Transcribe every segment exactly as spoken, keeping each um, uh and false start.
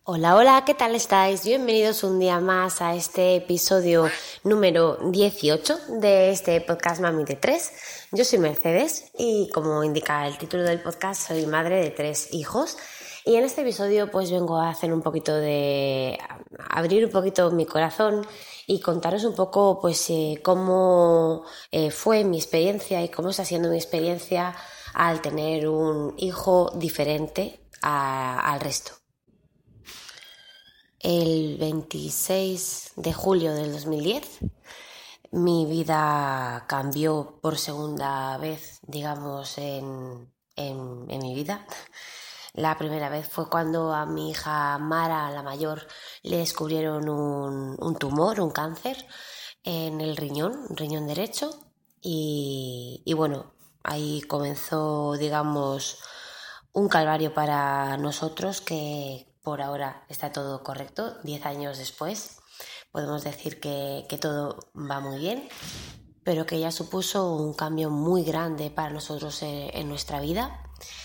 Hola, hola, ¿qué tal estáis? Bienvenidos un día más a este episodio número dieciocho de este podcast Mami de Tres. Yo soy Mercedes y, como indica el título del podcast, soy madre de tres hijos. Y en este episodio pues vengo a hacer un poquito de... a abrir un poquito mi corazón y contaros un poco pues eh, cómo eh, fue mi experiencia y cómo está siendo mi experiencia al tener un hijo diferente a, al resto. El veintiséis de julio del dos mil diez mi vida cambió por segunda vez, digamos, en, en, en mi vida. La primera vez fue cuando a mi hija Mara, la mayor, le descubrieron un, un tumor, un cáncer en el riñón, riñón derecho. Y, y bueno, ahí comenzó, digamos, un calvario para nosotros que por ahora está todo correcto. Diez años después podemos decir que, que todo va muy bien, pero que ya supuso un cambio muy grande para nosotros en, en nuestra vida.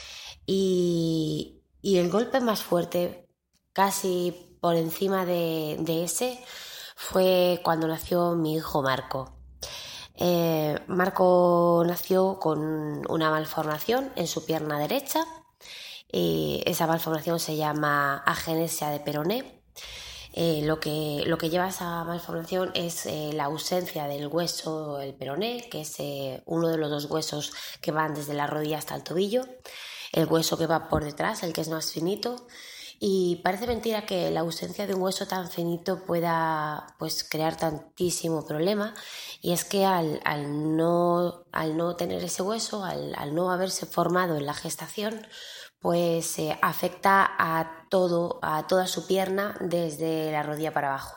Y, y el golpe más fuerte, casi por encima de, de ese, fue cuando nació mi hijo Marco. Eh, Marco nació con una malformación en su pierna derecha. Y esa malformación se llama agenesia de peroné. Eh, lo, que, lo que lleva a esa malformación es eh, la ausencia del hueso, el peroné, que es eh, uno de los dos huesos que van desde la rodilla hasta el tobillo, el hueso que va por detrás, el que es más finito. Y parece mentira que la ausencia de un hueso tan finito pueda pues, crear tantísimo problema, y es que al, al, no, al no tener ese hueso, al, al no haberse formado en la gestación, pues eh, afecta a todo, a toda su pierna desde la rodilla para abajo.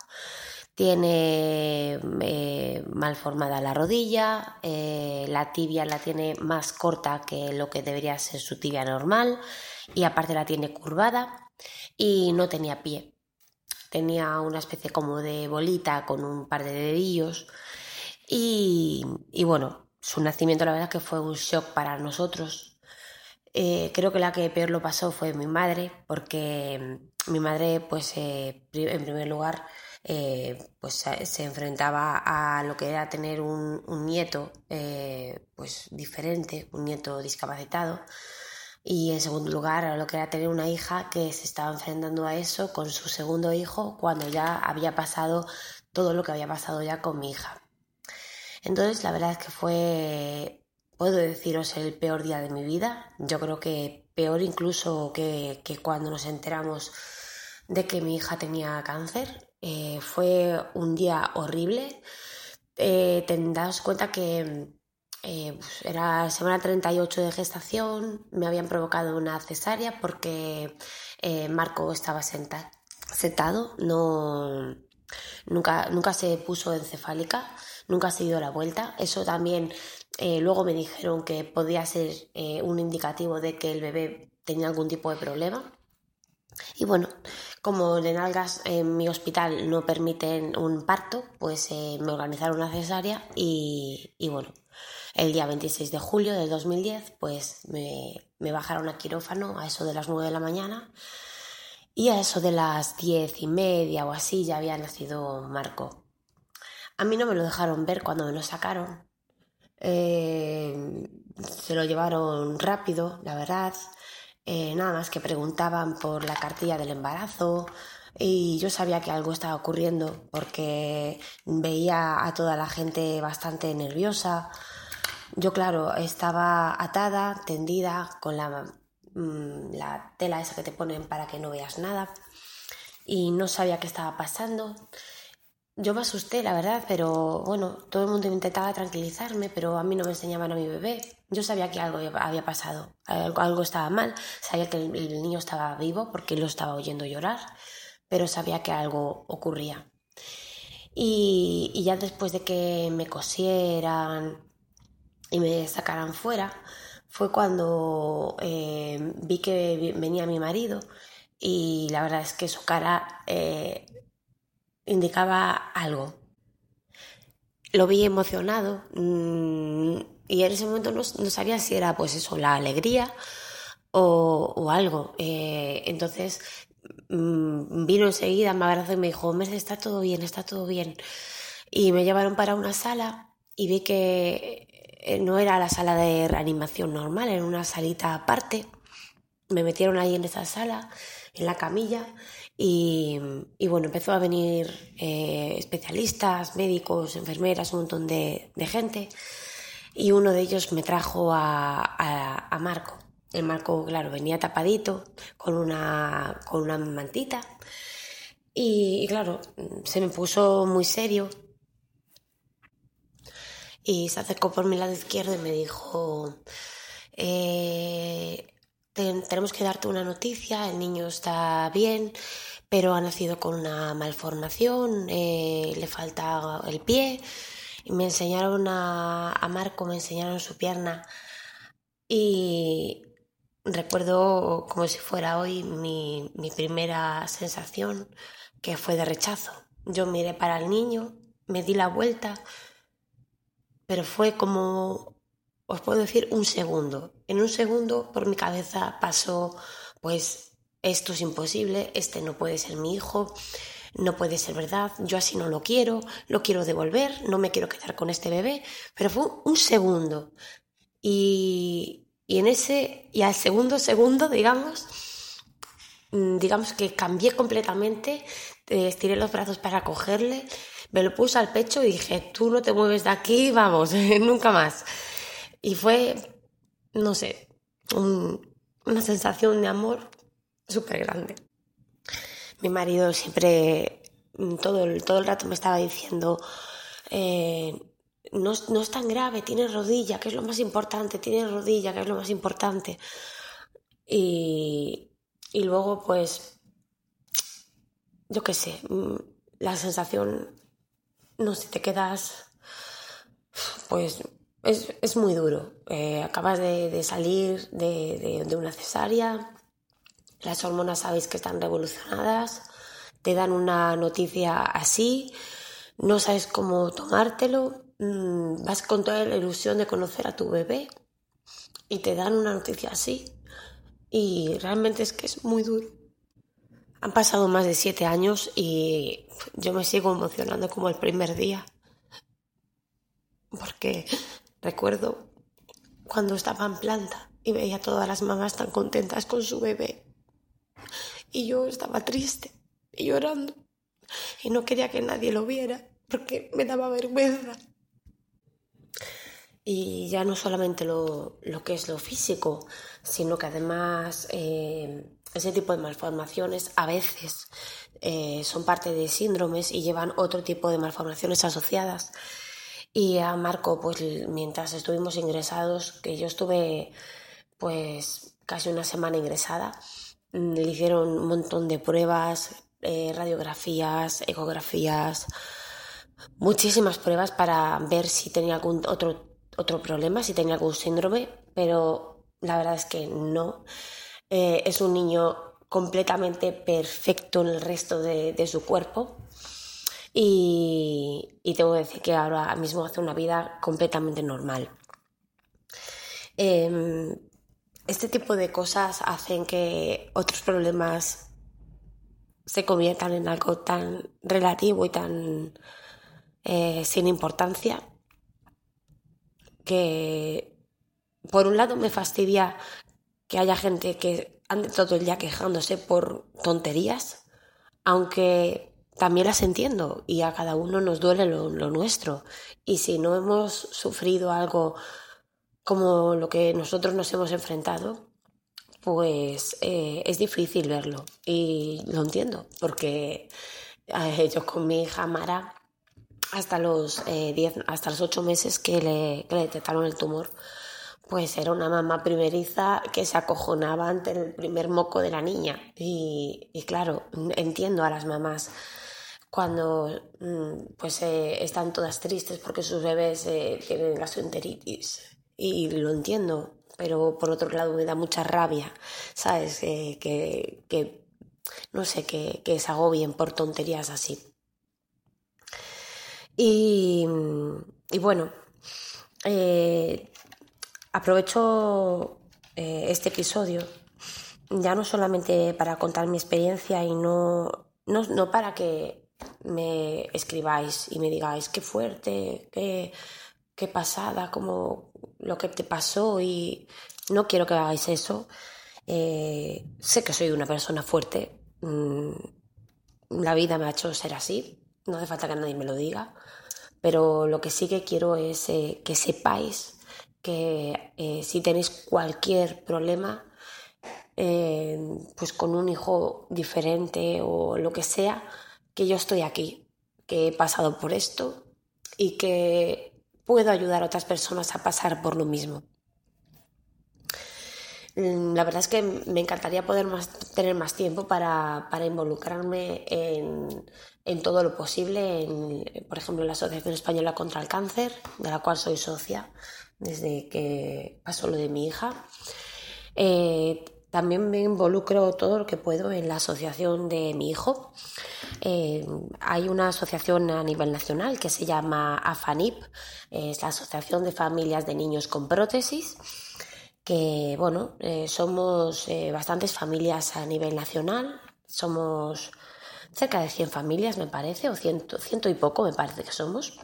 Tiene eh, mal formada la rodilla, eh, la tibia la tiene más corta que lo que debería ser su tibia normal, y aparte la tiene curvada, y no tenía pie. Tenía una especie como de bolita con un par de dedillos y, y bueno, su nacimiento la verdad que fue un shock para nosotros. Eh, creo que la que peor lo pasó fue mi madre, porque mi madre, pues eh, en primer lugar, eh, pues se enfrentaba a lo que era tener un, un nieto eh, pues diferente, un nieto discapacitado, y en segundo lugar a lo que era tener una hija que se estaba enfrentando a eso con su segundo hijo cuando ya había pasado todo lo que había pasado ya con mi hija. Entonces la verdad es que fue, puedo deciros, el peor día de mi vida. Yo creo que peor incluso que, que cuando nos enteramos de que mi hija tenía cáncer. Eh, fue un día horrible. Eh, te das cuenta que eh, pues era semana treinta y ocho de gestación, me habían provocado una cesárea porque eh, Marco estaba senta, sentado, no, nunca, nunca se puso encefálica, nunca se dio la vuelta. Eso también eh, luego me dijeron que podía ser eh, un indicativo de que el bebé tenía algún tipo de problema. Y bueno, como en Algas en mi hospital no permiten un parto, pues eh, me organizaron una cesárea y, y bueno, el día veintiséis de julio del dos mil diez pues me, me bajaron a quirófano a eso de las nueve de la mañana, y a eso de las diez y media o así ya había nacido Marco. A mí no me lo dejaron ver cuando me lo sacaron. Eh, se lo llevaron rápido, la verdad. Eh, nada más que preguntaban por la cartilla del embarazo, y yo sabía que algo estaba ocurriendo porque veía a toda la gente bastante nerviosa. Yo, claro, estaba atada, tendida, con la, mmm, la tela esa que te ponen para que no veas nada, y no sabía qué estaba pasando. Yo me asusté, la verdad, pero bueno, todo el mundo intentaba tranquilizarme, pero a mí no me enseñaban a mi bebé. Yo sabía que algo había pasado, algo, algo estaba mal, sabía que el, el niño estaba vivo porque lo estaba oyendo llorar, pero sabía que algo ocurría. Y, y ya después de que me cosieran y me sacaran fuera, fue cuando eh, vi que venía mi marido, y la verdad es que su cara eh, indicaba algo. Lo vi emocionado, mmm, y en ese momento no, no sabía si era pues eso, la alegría o, o algo. Eh, entonces mmm, vino enseguida, me abrazó y me dijo, Merce, está todo bien, está todo bien. Y me llevaron para una sala y vi que no era la sala de reanimación normal, era una salita aparte. Me metieron ahí en esa sala, en la camilla, y, y bueno, empezó a venir eh, especialistas, médicos, enfermeras, un montón de, de gente, y uno de ellos me trajo a, a, a Marco. El Marco, claro, venía tapadito, con una, con una mantita, y, y claro, se me puso muy serio, y se acercó por mi lado izquierdo y me dijo... Eh, tenemos que darte una noticia, el niño está bien, pero ha nacido con una malformación, eh, le falta el pie. Y me enseñaron a, a Marco, me enseñaron su pierna y recuerdo como si fuera hoy mi, mi primera sensación, que fue de rechazo. Yo miré para el niño, me di la vuelta, pero fue como... os puedo decir un segundo. En un segundo por mi cabeza pasó, pues, esto es imposible, este no puede ser mi hijo, no puede ser verdad, yo así no lo quiero, lo quiero devolver, no me quiero quedar con este bebé. Pero fue un segundo. Y, y en ese, y al segundo segundo, digamos, digamos que cambié completamente, estiré los brazos para cogerle, me lo puse al pecho y dije, tú no te mueves de aquí, vamos, nunca más. Y fue, no sé, un, una sensación de amor súper grande. Mi marido siempre, todo el, todo el rato me estaba diciendo, eh, no, no es tan grave, tienes rodilla, que es lo más importante, tienes rodilla, que es lo más importante. Y, y luego, pues, yo qué sé, la sensación, no sé, te quedas, pues... Es, es muy duro. Eh, acabas de, de salir de, de, de una cesárea, las hormonas sabéis que están revolucionadas, te dan una noticia así, no sabes cómo tomártelo, mmm, vas con toda la ilusión de conocer a tu bebé y te dan una noticia así y realmente es que es muy duro. Han pasado más de siete años y yo me sigo emocionando como el primer día, porque recuerdo cuando estaba en planta y veía a todas las mamás tan contentas con su bebé y yo estaba triste y llorando y no quería que nadie lo viera porque me daba vergüenza. Y ya no solamente lo, lo que es lo físico, sino que además eh, ese tipo de malformaciones a veces eh, son parte de síndromes y llevan otro tipo de malformaciones asociadas. Y a Marco, pues mientras estuvimos ingresados, que yo estuve pues casi una semana ingresada, le hicieron un montón de pruebas, eh, radiografías, ecografías, muchísimas pruebas para ver si tenía algún otro, otro problema, si tenía algún síndrome, pero la verdad es que no. Eh, es un niño completamente perfecto en el resto de, de su cuerpo. Y, y tengo que decir que ahora mismo hace una vida completamente normal. Eh, este tipo de cosas hacen que otros problemas se conviertan en algo tan relativo y tan eh, sin importancia que por un lado me fastidia que haya gente que ande todo el día quejándose por tonterías, aunque también las entiendo y a cada uno nos duele lo, lo nuestro. Y si no hemos sufrido algo como lo que nosotros nos hemos enfrentado, pues eh, es difícil verlo. Y lo entiendo, porque eh, yo con mi hija Mara, hasta los eh, diez, hasta los ocho meses que le, que le detectaron el tumor, pues era una mamá primeriza que se acojonaba ante el primer moco de la niña. Y, y claro, entiendo a las mamás cuando pues eh, están todas tristes porque sus bebés eh, tienen gastroenteritis, y lo entiendo, pero por otro lado me da mucha rabia, ¿sabes? Eh, que, que, no sé, que, que se agobien por tonterías así. Y, y bueno, eh, aprovecho eh, este episodio ya no solamente para contar mi experiencia y no, no, no para que me escribáis y me digáis qué fuerte, qué, qué pasada, como lo que te pasó, y no quiero que hagáis eso. Eh, sé que soy una persona fuerte, mm, la vida me ha hecho ser así, no hace falta que nadie me lo diga, pero lo que sí que quiero es eh, que sepáis que eh, si tenéis cualquier problema, eh, pues con un hijo diferente o lo que sea, que yo estoy aquí, que he pasado por esto y que puedo ayudar a otras personas a pasar por lo mismo. La verdad es que me encantaría poder más, tener más tiempo para, para involucrarme en, en todo lo posible, en, por ejemplo, en la Asociación Española contra el Cáncer, de la cual soy socia desde que pasó lo de mi hija. Eh, también me involucro todo lo que puedo en la asociación de mi hijo. Eh, hay una asociación a nivel nacional que se llama AFANIP, es la Asociación de Familias de Niños con Prótesis, que bueno, eh, somos eh, bastantes familias a nivel nacional, somos cerca de cien familias, me parece, o ciento, ciento y poco me parece que somos.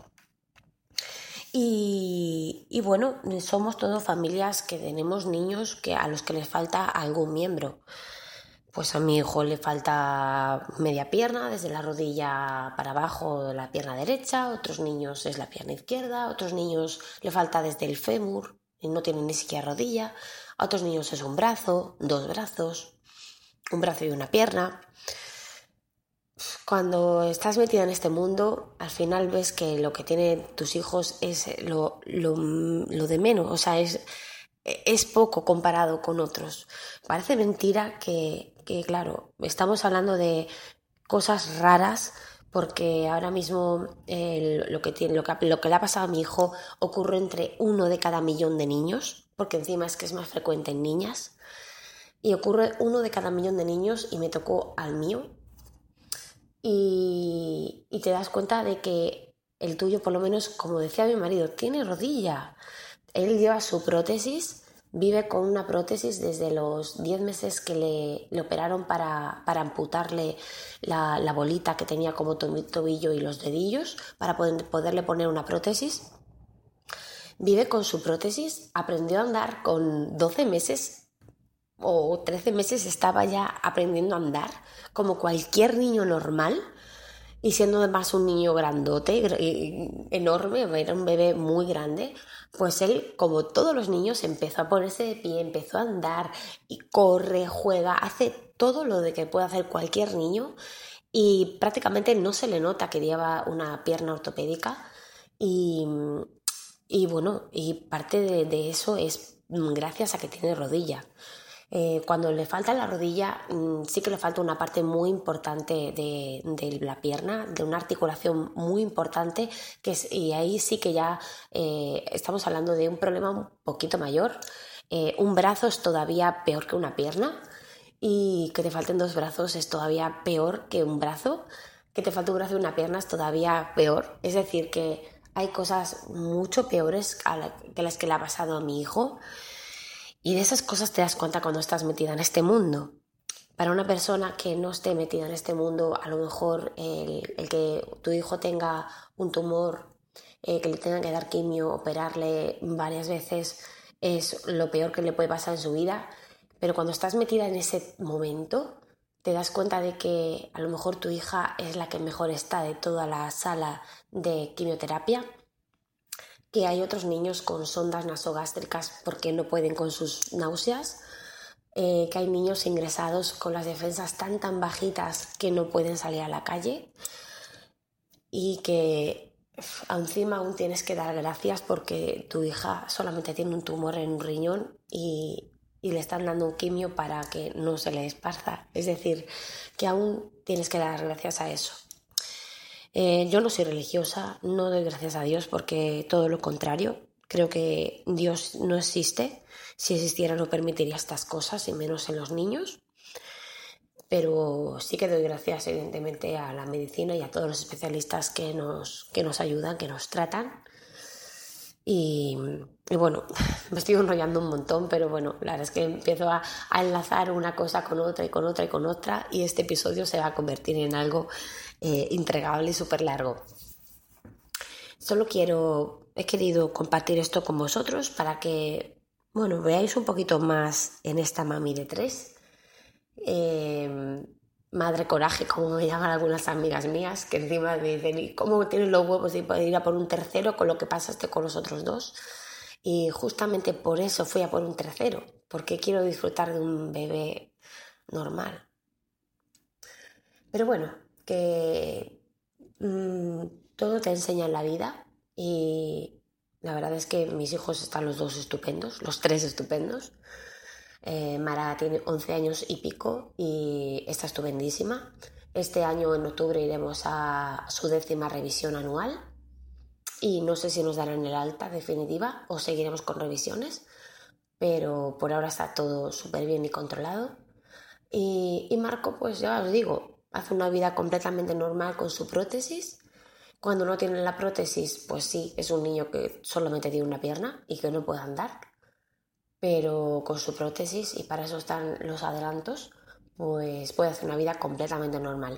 Y, y bueno, somos todas familias que tenemos niños que, a los que les falta algún miembro. Pues a mi hijo le falta media pierna, desde la rodilla para abajo de la pierna derecha, a otros niños es la pierna izquierda, a otros niños le falta desde el fémur, y no tienen ni siquiera rodilla, a otros niños es un brazo, dos brazos, un brazo y una pierna. Cuando estás metida en este mundo, al final ves que lo que tienen tus hijos es lo, lo, lo de menos, o sea, es, es poco comparado con otros. Parece mentira que, que, claro, estamos hablando de cosas raras, porque ahora mismo eh, lo, que tiene, lo, que, lo que le ha pasado a mi hijo ocurre entre uno de cada millón de niños, porque encima es que es más frecuente en niñas, y ocurre uno de cada millón de niños y me tocó al mío. Y, y te das cuenta de que el tuyo, por lo menos, como decía mi marido, tiene rodilla. Él lleva su prótesis, vive con una prótesis desde los diez meses que le, le operaron para, para amputarle la, la bolita que tenía como tobillo y los dedillos, para poder, poderle poner una prótesis. Vive con su prótesis, aprendió a andar con doce meses o trece meses, estaba ya aprendiendo a andar como cualquier niño normal, y siendo además un niño grandote, enorme, era un bebé muy grande, pues él, como todos los niños, empezó a ponerse de pie, empezó a andar y corre, juega, hace todo lo de que puede hacer cualquier niño, y prácticamente no se le nota que lleva una pierna ortopédica. Y, y bueno, y parte de, de eso es gracias a que tiene rodilla. Eh, cuando le falta la rodilla, mmm, sí que le falta una parte muy importante de, de la pierna, de una articulación muy importante, que es, y ahí sí que ya eh, estamos hablando de un problema un poquito mayor. Eh, un brazo es todavía peor que una pierna, y que te falten dos brazos es todavía peor que un brazo, que te falte un brazo y una pierna es todavía peor. Es decir, que hay cosas mucho peores a la, que las que le ha pasado a mi hijo. Y de esas cosas te das cuenta cuando estás metida en este mundo. Para una persona que no esté metida en este mundo, a lo mejor el, el que tu hijo tenga un tumor, eh, que le tengan que dar quimio, operarle varias veces, es lo peor que le puede pasar en su vida. Pero cuando estás metida en ese momento, te das cuenta de que a lo mejor tu hija es la que mejor está de toda la sala de quimioterapia, que hay otros niños con sondas nasogástricas porque no pueden con sus náuseas, eh, que hay niños ingresados con las defensas tan tan bajitas que no pueden salir a la calle, y que encima aún tienes que dar gracias porque tu hija solamente tiene un tumor en un riñón y, y le están dando un quimio para que no se le esparza. Es decir, que aún tienes que dar gracias a eso. Eh, yo no soy religiosa, no doy gracias a Dios porque todo lo contrario, creo que Dios no existe. Si existiera no permitiría estas cosas, y menos en los niños. Pero sí que doy gracias evidentemente a la medicina y a todos los especialistas que nos, que nos ayudan, que nos tratan. Y, y bueno, me estoy enrollando un montón, pero bueno, la verdad es que empiezo a, a enlazar una cosa con otra y con otra y con otra, y este episodio se va a convertir en algo eh, entregable y súper largo. Solo quiero, he querido compartir esto con vosotros para que, bueno, veáis un poquito más en esta mami de tres. Eh, madre coraje, como me llaman algunas amigas mías, que encima me dicen, ¿y cómo tienes los huevos de poder ir a por un tercero con lo que pasaste con los otros dos? Y justamente por eso fui a por un tercero, porque quiero disfrutar de un bebé normal. Pero bueno, que mmm, todo te enseña en la vida, y la verdad es que mis hijos están los dos estupendos, los tres estupendos. Eh, Mara tiene once años y pico y está estupendísima. Este año en octubre iremos a su décima revisión anual y no sé si nos darán el alta definitiva o seguiremos con revisiones, pero por ahora está todo súper bien y controlado. Y, y Marco, pues ya os digo, hace una vida completamente normal con su prótesis. Cuando no tiene la prótesis, pues sí, es un niño que solamente tiene una pierna y que no puede andar, pero con su prótesis, y para eso están los adelantos, pues puede hacer una vida completamente normal.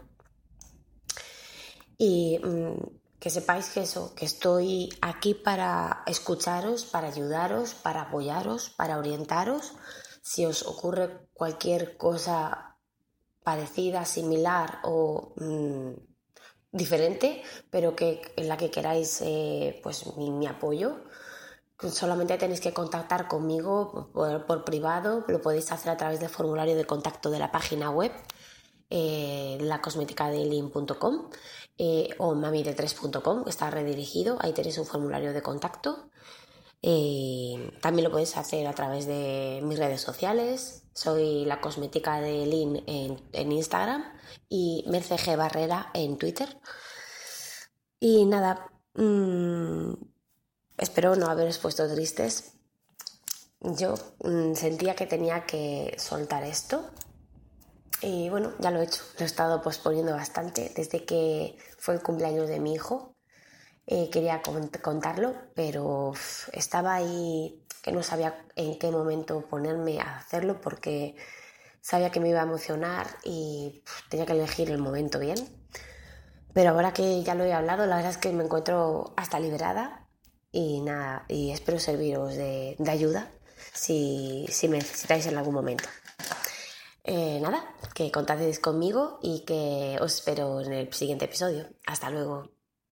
Y mmm, que sepáis que eso, que estoy aquí para escucharos, para ayudaros, para apoyaros, para orientaros. Si os ocurre cualquier cosa parecida, similar o mmm, diferente, pero que en la que queráis eh, pues mi, mi apoyo, solamente tenéis que contactar conmigo por, por privado. Lo podéis hacer a través del formulario de contacto de la página web, eh, la cosmética de eileen punto com, eh, o mami de tres punto com, que está redirigido. Ahí tenéis un formulario de contacto. Eh, también lo podéis hacer a través de mis redes sociales. Soy la cosmética de Eileen en, en Instagram y Merce G Barrera en Twitter. Y nada, mmm, espero no haberos puesto tristes. Yo mmm, sentía que tenía que soltar esto. Y bueno, ya lo he hecho. Lo he estado posponiendo bastante desde que fue el cumpleaños de mi hijo. Eh, quería cont- contarlo, pero uf, estaba ahí que no sabía en qué momento ponerme a hacerlo, porque sabía que me iba a emocionar y uf, tenía que elegir el momento bien. Pero ahora que ya lo he hablado, la verdad es que me encuentro hasta liberada y nada, y espero serviros de, de ayuda si, si me necesitáis en algún momento. Eh, nada, que contactéis conmigo y que os espero en el siguiente episodio. Hasta luego.